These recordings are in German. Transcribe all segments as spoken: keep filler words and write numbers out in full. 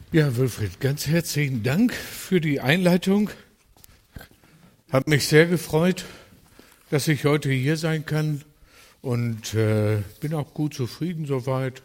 Ja, Wilfried, ganz herzlichen Dank für die Einleitung. Hat mich sehr gefreut, dass ich heute hier sein kann und äh, bin auch gut zufrieden soweit.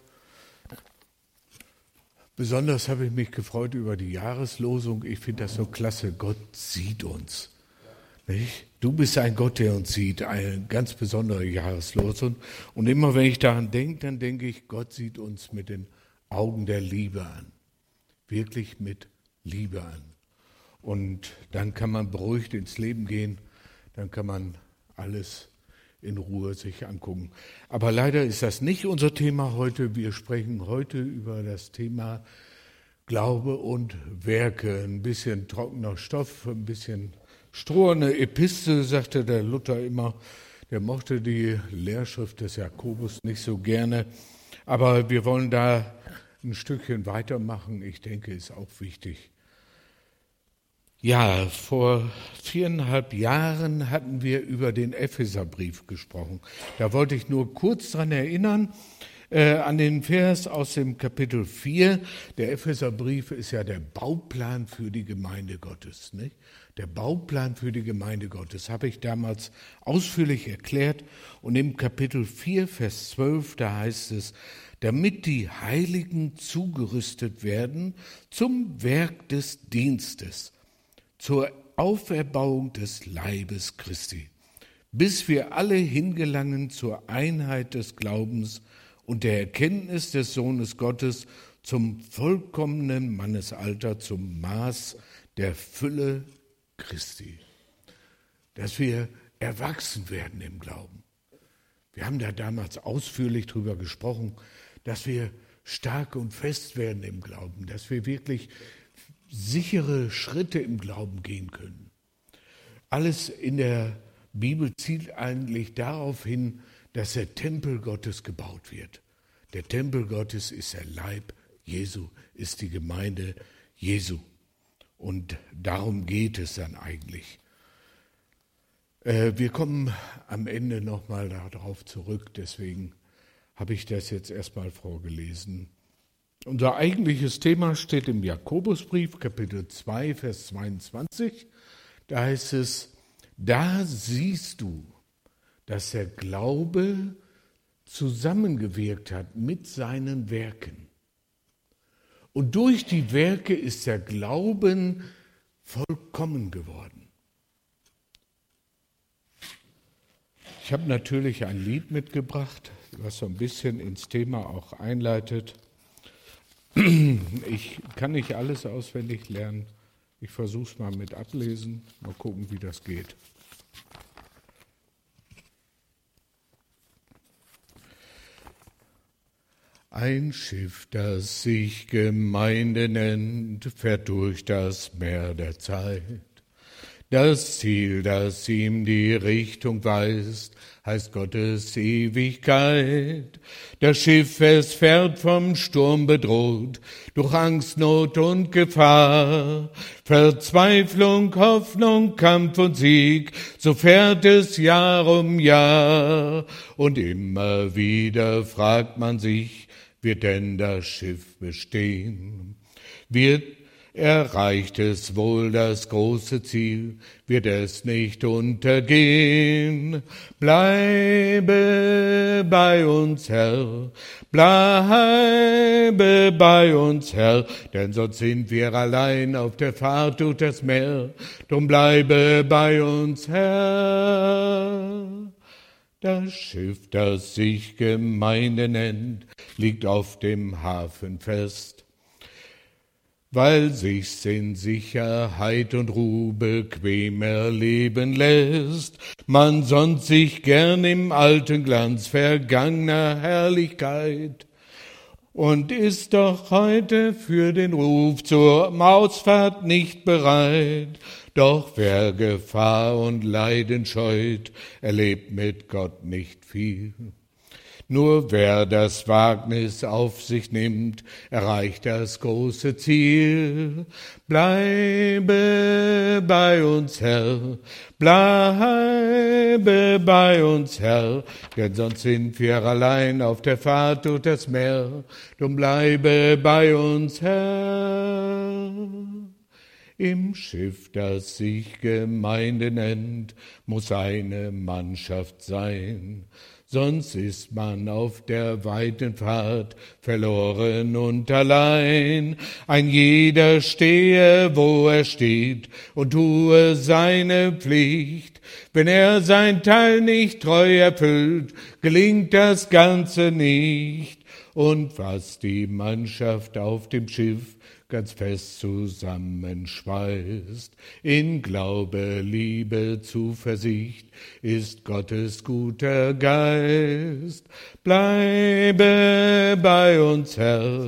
Besonders habe ich mich gefreut über die Jahreslosung. Ich finde das so klasse. Gott sieht uns. Nicht? Du bist ein Gott, der uns sieht. Eine ganz besondere Jahreslosung. Und immer wenn ich daran denke, dann denke ich, Gott sieht uns mit den Augen der Liebe an. Wirklich mit Liebe an. Und dann kann man beruhigt ins Leben gehen, dann kann man alles in Ruhe sich angucken. Aber leider ist das nicht unser Thema heute. Wir sprechen heute über das Thema Glaube und Werke. Ein bisschen trockener Stoff, ein bisschen Stroh, eine Epistel, sagte der Luther immer. Der mochte die Lehrschrift des Jakobus nicht so gerne. Aber wir wollen da ein Stückchen weitermachen, ich denke, ist auch wichtig. Ja, vor viereinhalb Jahren hatten wir über den Epheserbrief gesprochen. Da wollte ich nur kurz dran erinnern, äh, an den Vers aus dem Kapitel vier. Der Epheserbrief ist ja der Bauplan für die Gemeinde Gottes, nicht? Der Bauplan für die Gemeinde Gottes habe ich damals ausführlich erklärt. Und im Kapitel vier, Vers zwölf, da heißt es, damit die Heiligen zugerüstet werden zum Werk des Dienstes, zur Auferbauung des Leibes Christi, bis wir alle hingelangen zur Einheit des Glaubens und der Erkenntnis des Sohnes Gottes zum vollkommenen Mannesalter, zum Maß der Fülle Christi. Dass wir erwachsen werden im Glauben. Wir haben da damals ausführlich drüber gesprochen, dass wir stark und fest werden im Glauben, dass wir wirklich sichere Schritte im Glauben gehen können. Alles in der Bibel zielt eigentlich darauf hin, dass der Tempel Gottes gebaut wird. Der Tempel Gottes ist der Leib Jesu, ist die Gemeinde Jesu. Und darum geht es dann eigentlich. Äh, wir kommen am Ende nochmal darauf zurück, deswegen habe ich das jetzt erstmal vorgelesen. Unser eigentliches Thema steht im Jakobusbrief, Kapitel zwei, Vers zweiundzwanzig. Da heißt es, da siehst du, dass der Glaube zusammengewirkt hat mit seinen Werken. Und durch die Werke ist der Glauben vollkommen geworden. Ich habe natürlich ein Lied mitgebracht, was so ein bisschen ins Thema auch einleitet. Ich kann nicht alles auswendig lernen. Ich versuche es mal mit ablesen. Mal gucken, wie das geht. Ein Schiff, das sich Gemeinde nennt, fährt durch das Meer der Zeit. Das Ziel, das ihm die Richtung weist, heißt Gottes Ewigkeit. Das Schiff, es fährt vom Sturm bedroht, durch Angst, Not und Gefahr. Verzweiflung, Hoffnung, Kampf und Sieg, so fährt es Jahr um Jahr. Und immer wieder fragt man sich, wird denn das Schiff bestehen? Wird Erreicht es wohl das große Ziel, wird es nicht untergehen. Bleibe bei uns, Herr, bleibe bei uns, Herr, denn sonst sind wir allein auf der Fahrt durch das Meer. Drum bleibe bei uns, Herr. Das Schiff, das sich Gemeinde nennt, liegt auf dem Hafen fest, weil sich's in Sicherheit und Ruhe bequem erleben lässt, man sonst sich gern im alten Glanz vergangener Herrlichkeit und ist doch heute für den Ruf zur Ausfahrt nicht bereit. Doch wer Gefahr und Leiden scheut, erlebt mit Gott nicht viel. Nur wer das Wagnis auf sich nimmt, erreicht das große Ziel. Bleibe bei uns, Herr, bleibe bei uns, Herr, denn sonst sind wir allein auf der Fahrt durch das Meer. Drum bleibe bei uns, Herr. Im Schiff, das sich Gemeinde nennt, muss eine Mannschaft sein. Sonst ist man auf der weiten Fahrt verloren und allein. Ein jeder stehe, wo er steht, und tue seine Pflicht. Wenn er sein Teil nicht treu erfüllt, gelingt das Ganze nicht. Und was die Mannschaft auf dem Schiff ganz fest zusammenschweißt, in Glaube, Liebe, Zuversicht, ist Gottes guter Geist. Bleibe bei uns, Herr,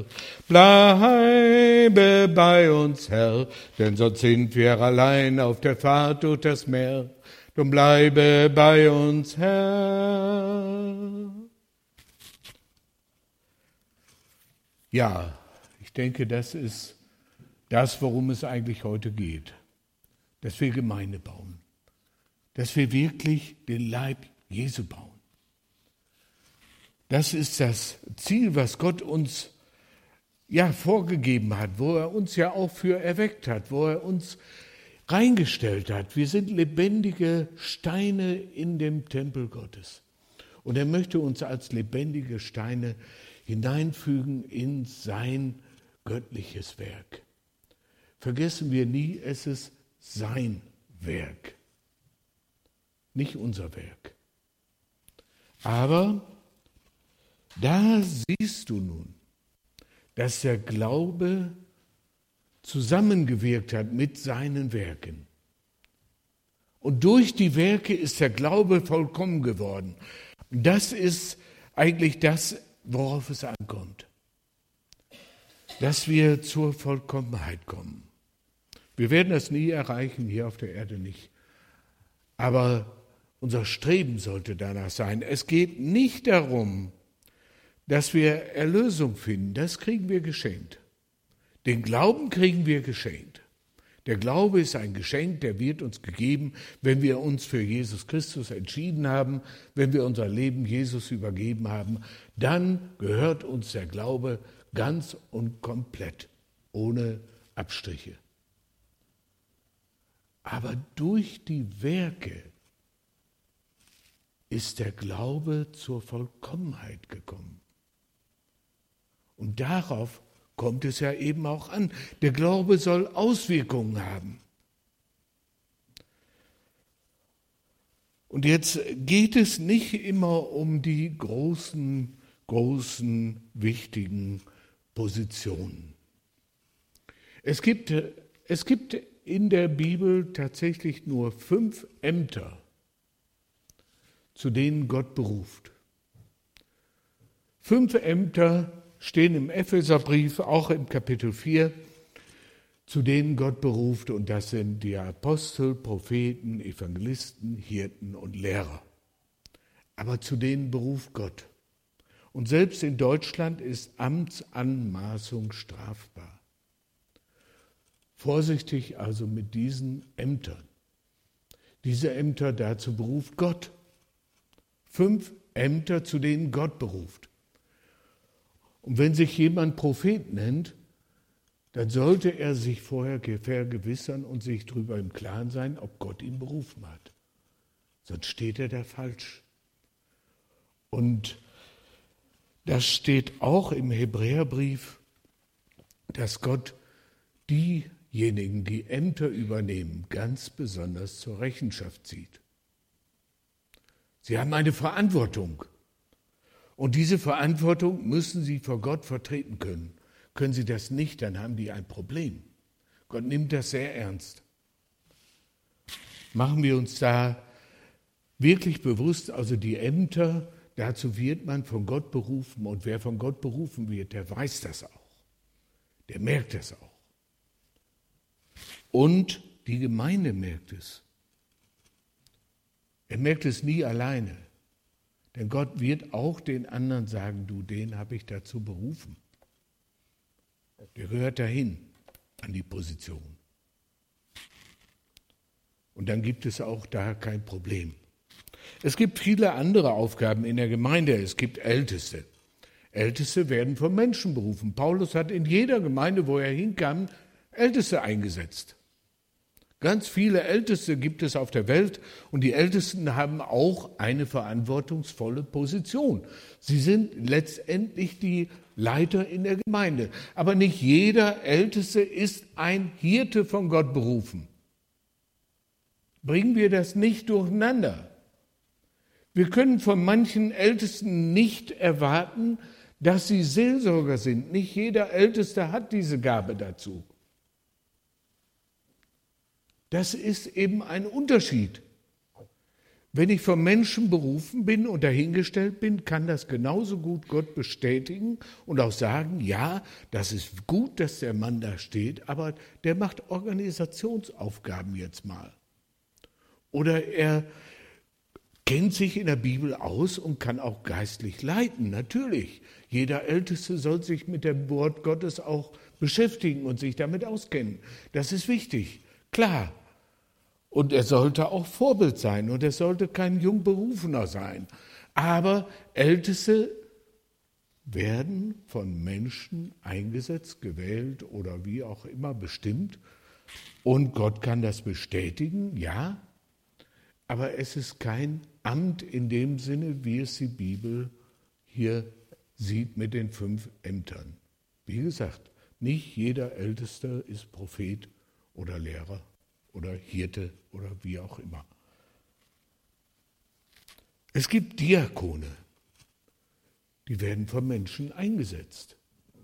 bleibe bei uns, Herr, denn sonst sind wir allein auf der Fahrt durch das Meer. Drum bleibe bei uns, Herr. Ja, ich denke, das ist das, worum es eigentlich heute geht. Dass wir Gemeinde bauen. Dass wir wirklich den Leib Jesu bauen. Das ist das Ziel, was Gott uns ja vorgegeben hat, wo er uns ja auch für erweckt hat, wo er uns reingestellt hat. Wir sind lebendige Steine in dem Tempel Gottes. Und er möchte uns als lebendige Steine hineinfügen in sein göttliches Werk. Vergessen wir nie, es ist sein Werk, nicht unser Werk. Aber da siehst du nun, dass der Glaube zusammengewirkt hat mit seinen Werken. Und durch die Werke ist der Glaube vollkommen geworden. Das ist eigentlich das, worauf es ankommt. Dass wir zur Vollkommenheit kommen. Wir werden das nie erreichen, hier auf der Erde nicht. Aber unser Streben sollte danach sein. Es geht nicht darum, dass wir Erlösung finden. Das kriegen wir geschenkt. Den Glauben kriegen wir geschenkt. Der Glaube ist ein Geschenk, der wird uns gegeben, wenn wir uns für Jesus Christus entschieden haben, wenn wir unser Leben Jesus übergeben haben. Dann gehört uns der Glaube ganz und komplett, ohne Abstriche. Aber durch die Werke ist der Glaube zur Vollkommenheit gekommen. Und darauf kommt es ja eben auch an. Der Glaube soll Auswirkungen haben. Und jetzt geht es nicht immer um die großen, großen, wichtigen Positionen. Es gibt, es gibt in der Bibel tatsächlich nur fünf Ämter, zu denen Gott beruft. Fünf Ämter stehen im Epheserbrief, auch im Kapitel vier, zu denen Gott beruft, und das sind die Apostel, Propheten, Evangelisten, Hirten und Lehrer. Aber zu denen beruft Gott. Und selbst in Deutschland ist Amtsanmaßung strafbar. Vorsichtig also mit diesen Ämtern. Diese Ämter, dazu beruft Gott. Fünf Ämter, zu denen Gott beruft. Und wenn sich jemand Prophet nennt, dann sollte er sich vorher vergewissern und sich darüber im Klaren sein, ob Gott ihn berufen hat. Sonst steht er da falsch. Und das steht auch im Hebräerbrief, dass Gott diejenigen, die Ämter übernehmen, ganz besonders zur Rechenschaft zieht. Sie haben eine Verantwortung. Und diese Verantwortung müssen sie vor Gott vertreten können. Können sie das nicht, dann haben die ein Problem. Gott nimmt das sehr ernst. Machen wir uns da wirklich bewusst, also die Ämter, dazu wird man von Gott berufen. Und wer von Gott berufen wird, der weiß das auch. Der merkt das auch. Und die Gemeinde merkt es. Er merkt es nie alleine. Denn Gott wird auch den anderen sagen, du, den habe ich dazu berufen. Der gehört dahin, an die Position. Und dann gibt es auch da kein Problem. Es gibt viele andere Aufgaben in der Gemeinde. Es gibt Älteste. Älteste werden von Menschen berufen. Paulus hat in jeder Gemeinde, wo er hinkam, Älteste eingesetzt. Ganz viele Älteste gibt es auf der Welt und die Ältesten haben auch eine verantwortungsvolle Position. Sie sind letztendlich die Leiter in der Gemeinde. Aber nicht jeder Älteste ist ein Hirte von Gott berufen. Bringen wir das nicht durcheinander. Wir können von manchen Ältesten nicht erwarten, dass sie Seelsorger sind. Nicht jeder Älteste hat diese Gabe dazu. Das ist eben ein Unterschied. Wenn ich von Menschen berufen bin und dahingestellt bin, kann das genauso gut Gott bestätigen und auch sagen, ja, das ist gut, dass der Mann da steht, aber der macht Organisationsaufgaben jetzt mal. Oder er kennt sich in der Bibel aus und kann auch geistlich leiten, natürlich. Jeder Älteste soll sich mit dem Wort Gottes auch beschäftigen und sich damit auskennen. Das ist wichtig, klar. Und er sollte auch Vorbild sein und er sollte kein Jungberufener sein. Aber Älteste werden von Menschen eingesetzt, gewählt oder wie auch immer bestimmt. Und Gott kann das bestätigen, ja. Aber es ist kein Amt in dem Sinne, wie es die Bibel hier sieht mit den fünf Ämtern. Wie gesagt, nicht jeder Älteste ist Prophet oder Lehrer oder Hirte oder wie auch immer. Es gibt Diakone, die werden von Menschen eingesetzt.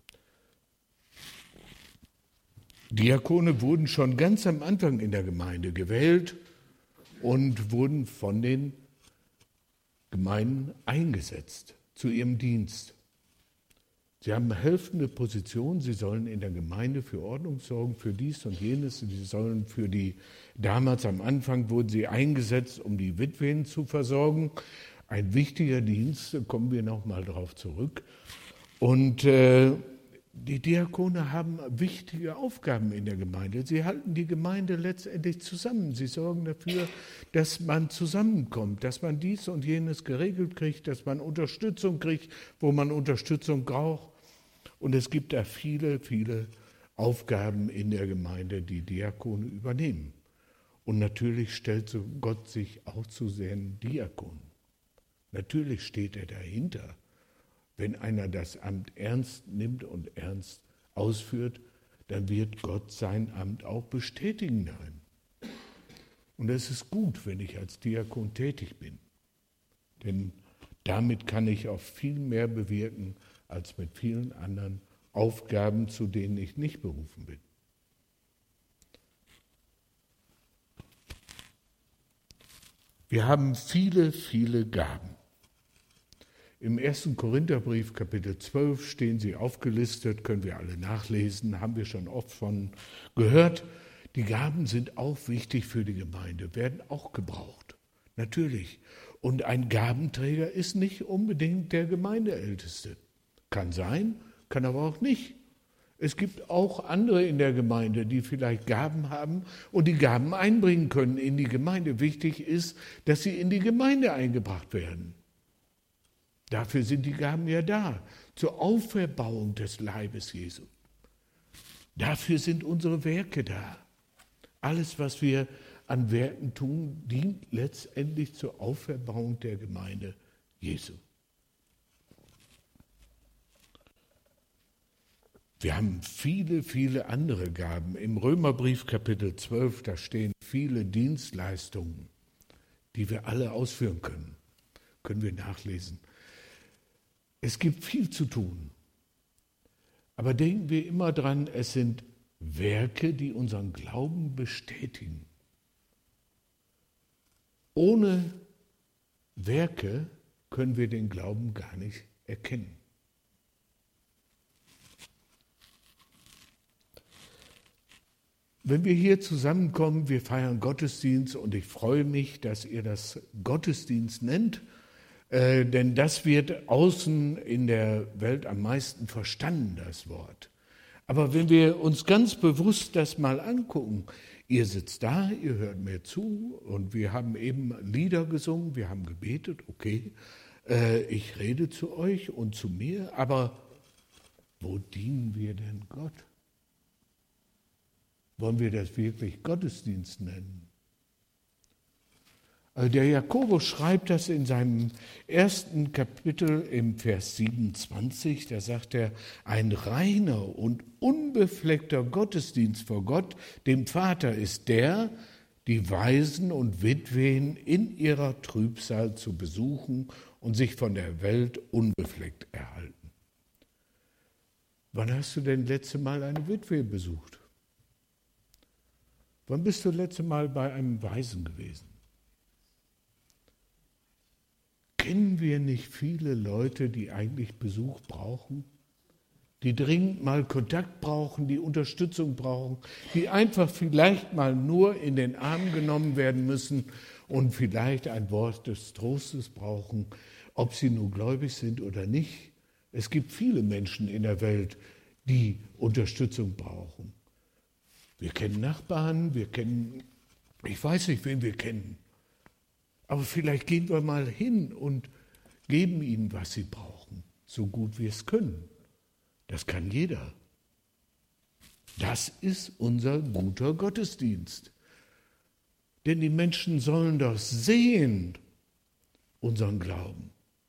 Diakone wurden schon ganz am Anfang in der Gemeinde gewählt und wurden von den Gemeinden eingesetzt zu ihrem Dienst. Sie haben eine helfende Position, sie sollen in der Gemeinde für Ordnung sorgen, für dies und jenes. Sie sollen für die, damals am Anfang wurden sie eingesetzt, um die Witwen zu versorgen. Ein wichtiger Dienst, da kommen wir nochmal drauf zurück. Und äh, die Diakone haben wichtige Aufgaben in der Gemeinde. Sie halten die Gemeinde letztendlich zusammen. Sie sorgen dafür, dass man zusammenkommt, dass man dies und jenes geregelt kriegt, dass man Unterstützung kriegt, wo man Unterstützung braucht. Und es gibt da viele, viele Aufgaben in der Gemeinde, die Diakone übernehmen. Und natürlich stellt Gott sich auch zu seinen Diakonen. Natürlich steht er dahinter. Wenn einer das Amt ernst nimmt und ernst ausführt, dann wird Gott sein Amt auch bestätigen darin. Und es ist gut, wenn ich als Diakon tätig bin. Denn damit kann ich auch viel mehr bewirken als mit vielen anderen Aufgaben, zu denen ich nicht berufen bin. Wir haben viele, viele Gaben. Im ersten Korintherbrief, Kapitel zwölf, stehen sie aufgelistet, können wir alle nachlesen, haben wir schon oft von gehört. Die Gaben sind auch wichtig für die Gemeinde, werden auch gebraucht, natürlich. Und ein Gabenträger ist nicht unbedingt der Gemeindeälteste. Kann sein, kann aber auch nicht. Es gibt auch andere in der Gemeinde, die vielleicht Gaben haben und die Gaben einbringen können in die Gemeinde. Wichtig ist, dass sie in die Gemeinde eingebracht werden. Dafür sind die Gaben ja da, zur Auferbauung des Leibes Jesu. Dafür sind unsere Werke da. Alles, was wir an Werken tun, dient letztendlich zur Auferbauung der Gemeinde Jesu. Wir haben viele, viele andere Gaben. Im Römerbrief Kapitel zwölf, da stehen viele Dienstleistungen, die wir alle ausführen können. Können wir nachlesen. Es gibt viel zu tun. Aber denken wir immer dran, es sind Werke, die unseren Glauben bestätigen. Ohne Werke können wir den Glauben gar nicht erkennen. Wenn wir hier zusammenkommen, wir feiern Gottesdienst und ich freue mich, dass ihr das Gottesdienst nennt. Äh, denn das wird außen in der Welt am meisten verstanden, das Wort. Aber wenn wir uns ganz bewusst das mal angucken, ihr sitzt da, ihr hört mir zu und wir haben eben Lieder gesungen, wir haben gebetet, okay, äh, ich rede zu euch und zu mir, aber wo dienen wir denn Gott? Wollen wir das wirklich Gottesdienst nennen? Also der Jakobus schreibt das in seinem ersten Kapitel im Vers siebenundzwanzig, da sagt er, ein reiner und unbefleckter Gottesdienst vor Gott, dem Vater, ist der, die Waisen und Witwen in ihrer Trübsal zu besuchen und sich von der Welt unbefleckt erhalten. Wann hast du denn letzte Mal eine Witwe besucht? Wann bist du letzte Mal bei einem Waisen gewesen? Kennen wir nicht viele Leute, die eigentlich Besuch brauchen? Die dringend mal Kontakt brauchen, die Unterstützung brauchen, die einfach vielleicht mal nur in den Arm genommen werden müssen und vielleicht ein Wort des Trostes brauchen, ob sie nun gläubig sind oder nicht. Es gibt viele Menschen in der Welt, die Unterstützung brauchen. Wir kennen Nachbarn, wir kennen, ich weiß nicht, wen wir kennen. Aber vielleicht gehen wir mal hin und geben ihnen, was sie brauchen, so gut wir es können. Das kann jeder. Das ist unser guter Gottesdienst. Denn die Menschen sollen doch sehen, unseren Glauben.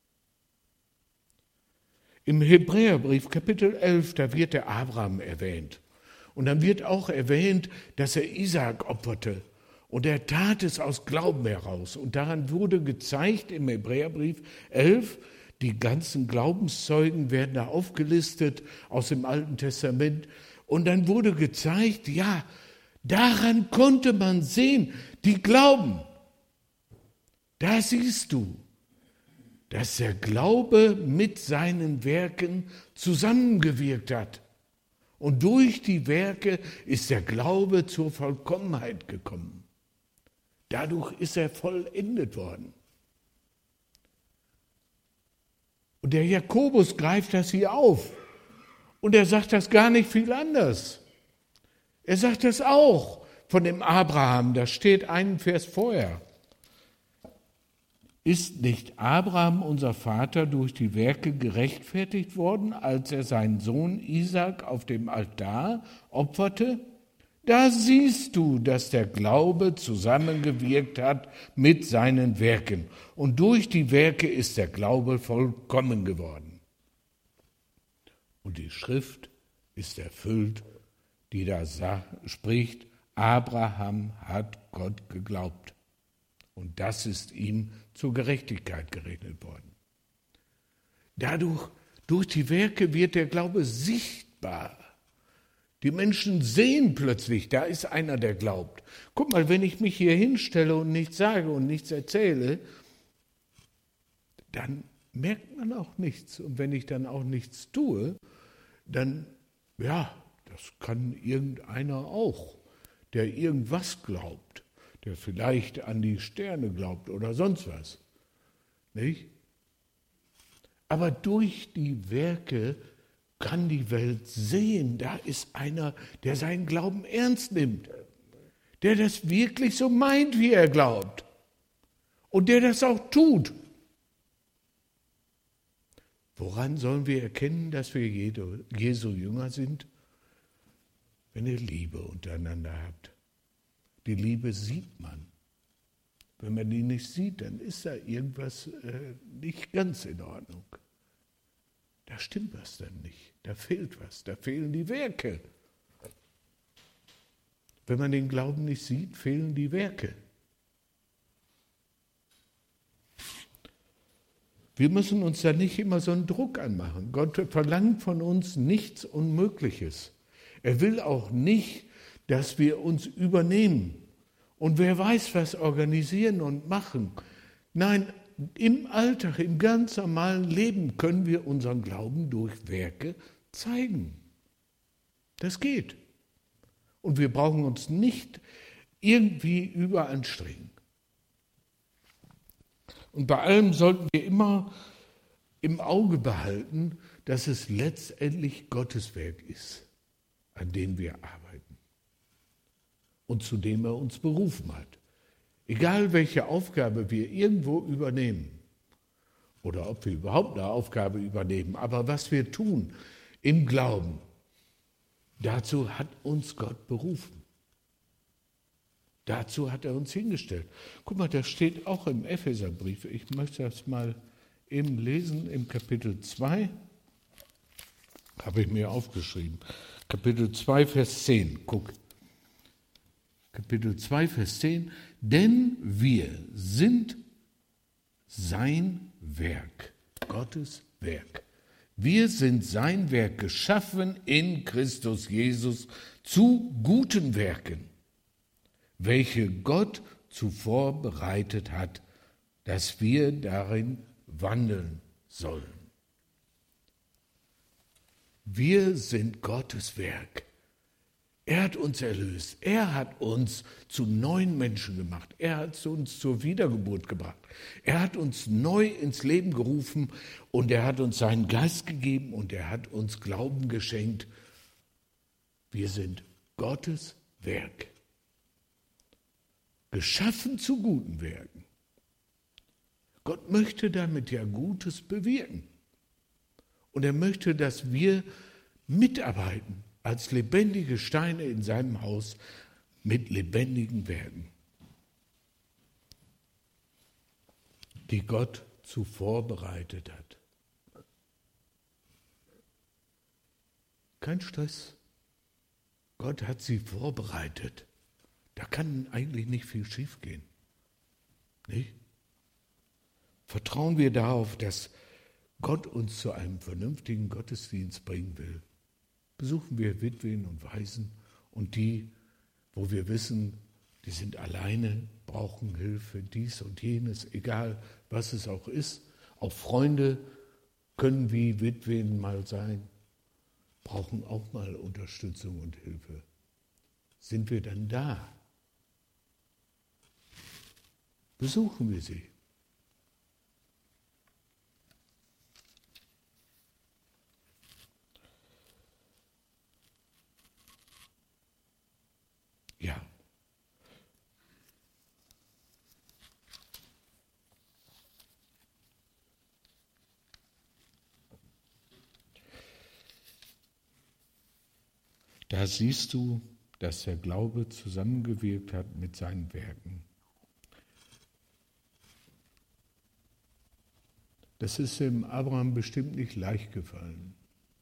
Im Hebräerbrief Kapitel elf, da wird der Abraham erwähnt. Und dann wird auch erwähnt, dass er Isaak opferte. Und er tat es aus Glauben heraus. Und daran wurde gezeigt im Hebräerbrief elf, die ganzen Glaubenszeugen werden da aufgelistet aus dem Alten Testament. Und dann wurde gezeigt, ja, daran konnte man sehen, die glauben. Da siehst du, dass der Glaube mit seinen Werken zusammengewirkt hat. Und durch die Werke ist der Glaube zur Vollkommenheit gekommen. Dadurch ist er vollendet worden. Und der Jakobus greift das hier auf. Und er sagt das gar nicht viel anders. Er sagt das auch von dem Abraham, da steht einen Vers vorher. Ist nicht Abraham, unser Vater, durch die Werke gerechtfertigt worden, als er seinen Sohn Isaak auf dem Altar opferte? Da siehst du, dass der Glaube zusammengewirkt hat mit seinen Werken. Und durch die Werke ist der Glaube vollkommen geworden. Und die Schrift ist erfüllt, die da spricht, Abraham hat Gott geglaubt. Und das ist ihm zur Gerechtigkeit gerechnet worden. Dadurch, durch die Werke wird der Glaube sichtbar. Die Menschen sehen plötzlich, da ist einer, der glaubt. Guck mal, wenn ich mich hier hinstelle und nichts sage und nichts erzähle, dann merkt man auch nichts. Und wenn ich dann auch nichts tue, dann, ja, das kann irgendeiner auch, der irgendwas glaubt, der vielleicht an die Sterne glaubt oder sonst was. Nicht? Aber durch die Werke kann die Welt sehen, da ist einer, der seinen Glauben ernst nimmt, der das wirklich so meint, wie er glaubt und der das auch tut. Woran sollen wir erkennen, dass wir Jesu Jünger sind? Wenn ihr Liebe untereinander habt. Die Liebe sieht man. Wenn man die nicht sieht, dann ist da irgendwas äh, nicht ganz in Ordnung. Da stimmt was dann nicht, da fehlt was, da fehlen die Werke. Wenn man den Glauben nicht sieht, fehlen die Werke. Wir müssen uns da nicht immer so einen Druck anmachen. Gott verlangt von uns nichts Unmögliches. Er will auch nicht, dass wir uns übernehmen und wer weiß was organisieren und machen. Nein, im Alltag, im ganz normalen Leben können wir unseren Glauben durch Werke zeigen. Das geht. Und wir brauchen uns nicht irgendwie überanstrengen. Und bei allem sollten wir immer im Auge behalten, dass es letztendlich Gottes Werk ist, an dem wir arbeiten und zu dem er uns berufen hat. Egal welche Aufgabe wir irgendwo übernehmen oder ob wir überhaupt eine Aufgabe übernehmen, aber was wir tun im Glauben, dazu hat uns Gott berufen. Dazu hat er uns hingestellt. Guck mal, das steht auch im Epheserbrief. Ich möchte das mal eben lesen im Kapitel zwei. Habe ich mir aufgeschrieben. Kapitel zwei, Vers zehn. Guck. Kapitel zwei, Vers zehn. Denn wir sind sein Werk, Gottes Werk. Wir sind sein Werk, geschaffen in Christus Jesus zu guten Werken, welche Gott zuvor bereitet hat, dass wir darin wandeln sollen. Wir sind Gottes Werk. Er hat uns erlöst. Er hat uns zu neuen Menschen gemacht. Er hat uns zur Wiedergeburt gebracht. Er hat uns neu ins Leben gerufen und er hat uns seinen Geist gegeben und er hat uns Glauben geschenkt. Wir sind Gottes Werk. Geschaffen zu guten Werken. Gott möchte damit ja Gutes bewirken. Und er möchte, dass wir mitarbeiten als lebendige Steine in seinem Haus mit lebendigen Werken, die Gott zuvor bereitet hat. Kein Stress. Gott hat sie vorbereitet. Da kann eigentlich nicht viel schiefgehen. Nicht? Vertrauen wir darauf, dass Gott uns zu einem vernünftigen Gottesdienst bringen will. Besuchen wir Witwen und Waisen und die, wo wir wissen, die sind alleine, brauchen Hilfe, dies und jenes, egal was es auch ist. Auch Freunde können wie Witwen mal sein, brauchen auch mal Unterstützung und Hilfe. Sind wir dann da? Besuchen wir sie. Ja. Da siehst du, dass der Glaube zusammengewirkt hat mit seinen Werken. Das ist dem Abraham bestimmt nicht leicht gefallen.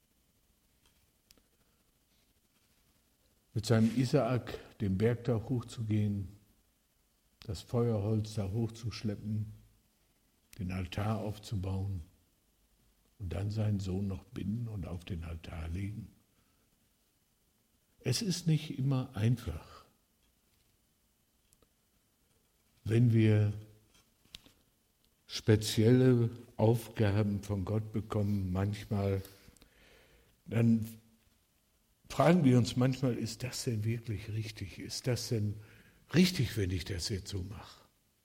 Mit seinem Isaak den Berg da hochzugehen, das Feuerholz da hochzuschleppen, den Altar aufzubauen und dann seinen Sohn noch binden und auf den Altar legen. Es ist nicht immer einfach, wenn wir spezielle Aufgaben von Gott bekommen, manchmal, dann fragen wir uns manchmal, ist das denn wirklich richtig? Ist das denn richtig, wenn ich das jetzt so mache?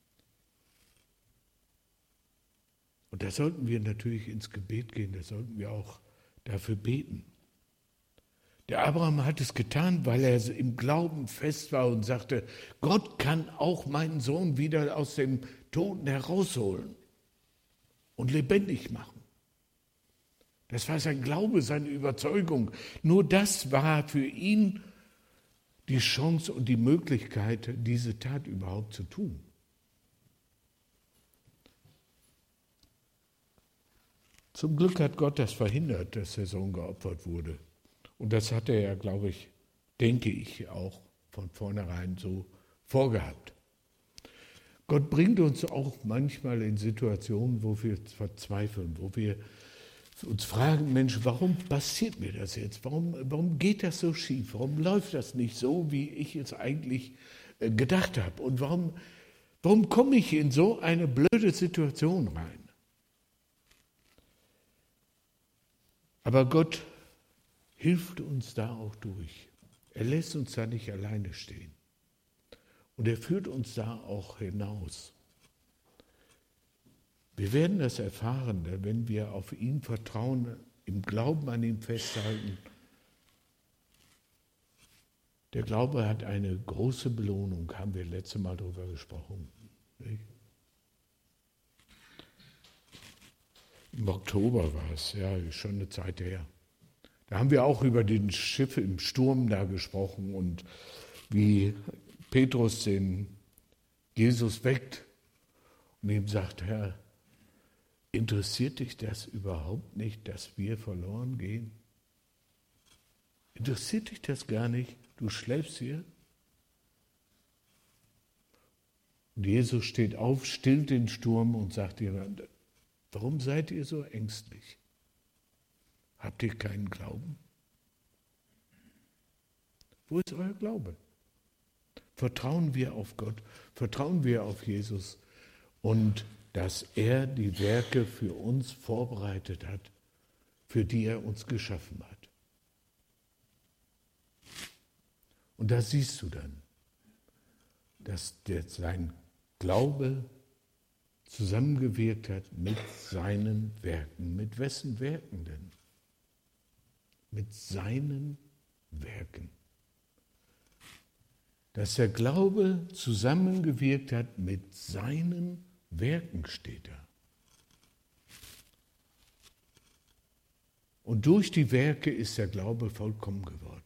Und da sollten wir natürlich ins Gebet gehen, da sollten wir auch dafür beten. Der Abraham hat es getan, weil er im Glauben fest war und sagte, Gott kann auch meinen Sohn wieder aus dem Toten herausholen und lebendig machen. Das war sein Glaube, seine Überzeugung. Nur das war für ihn die Chance und die Möglichkeit, diese Tat überhaupt zu tun. Zum Glück hat Gott das verhindert, dass der Sohn geopfert wurde. Und das hat er ja, glaube ich, denke ich, auch von vornherein so vorgehabt. Gott bringt uns auch manchmal in Situationen, wo wir verzweifeln, wo wir uns fragen, Mensch, warum passiert mir das jetzt? Warum, warum geht das so schief? Warum läuft das nicht so, wie ich es eigentlich gedacht habe? Und warum, warum komme ich in so eine blöde Situation rein? Aber Gott hilft uns da auch durch. Er lässt uns da nicht alleine stehen. Und er führt uns da auch hinaus. Wir werden das erfahren, wenn wir auf ihn vertrauen, im Glauben an ihn festhalten. Der Glaube hat eine große Belohnung, haben wir letztes Mal darüber gesprochen. Nicht? Im Oktober war es, ja, schon eine Zeit her. Da haben wir auch über den Schiff im Sturm da gesprochen und wie Petrus den Jesus weckt und ihm sagt, Herr, interessiert dich das überhaupt nicht, dass wir verloren gehen? Interessiert dich das gar nicht? Du schläfst hier? Und Jesus steht auf, stillt den Sturm und sagt ihr, warum seid ihr so ängstlich? Habt ihr keinen Glauben? Wo ist euer Glaube? Vertrauen wir auf Gott, vertrauen wir auf Jesus und dass er die Werke für uns vorbereitet hat, für die er uns geschaffen hat. Und da siehst du dann, dass der, sein Glaube zusammengewirkt hat mit seinen Werken. Mit wessen Werken denn? Mit seinen Werken. Dass der Glaube zusammengewirkt hat mit seinen Werken, steht da. Und durch die Werke ist der Glaube vollkommen geworden.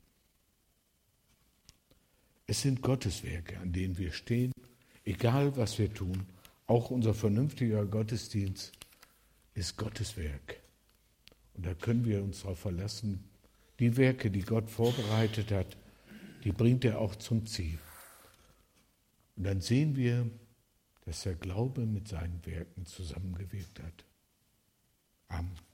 Es sind Gottes Werke, an denen wir stehen, egal was wir tun. Auch unser vernünftiger Gottesdienst ist Gottes Werk. Und da können wir uns darauf verlassen, die Werke, die Gott vorbereitet hat, die bringt er auch zum Ziel. Und dann sehen wir, dass der Glaube mit seinen Werken zusammengewirkt hat. Amen.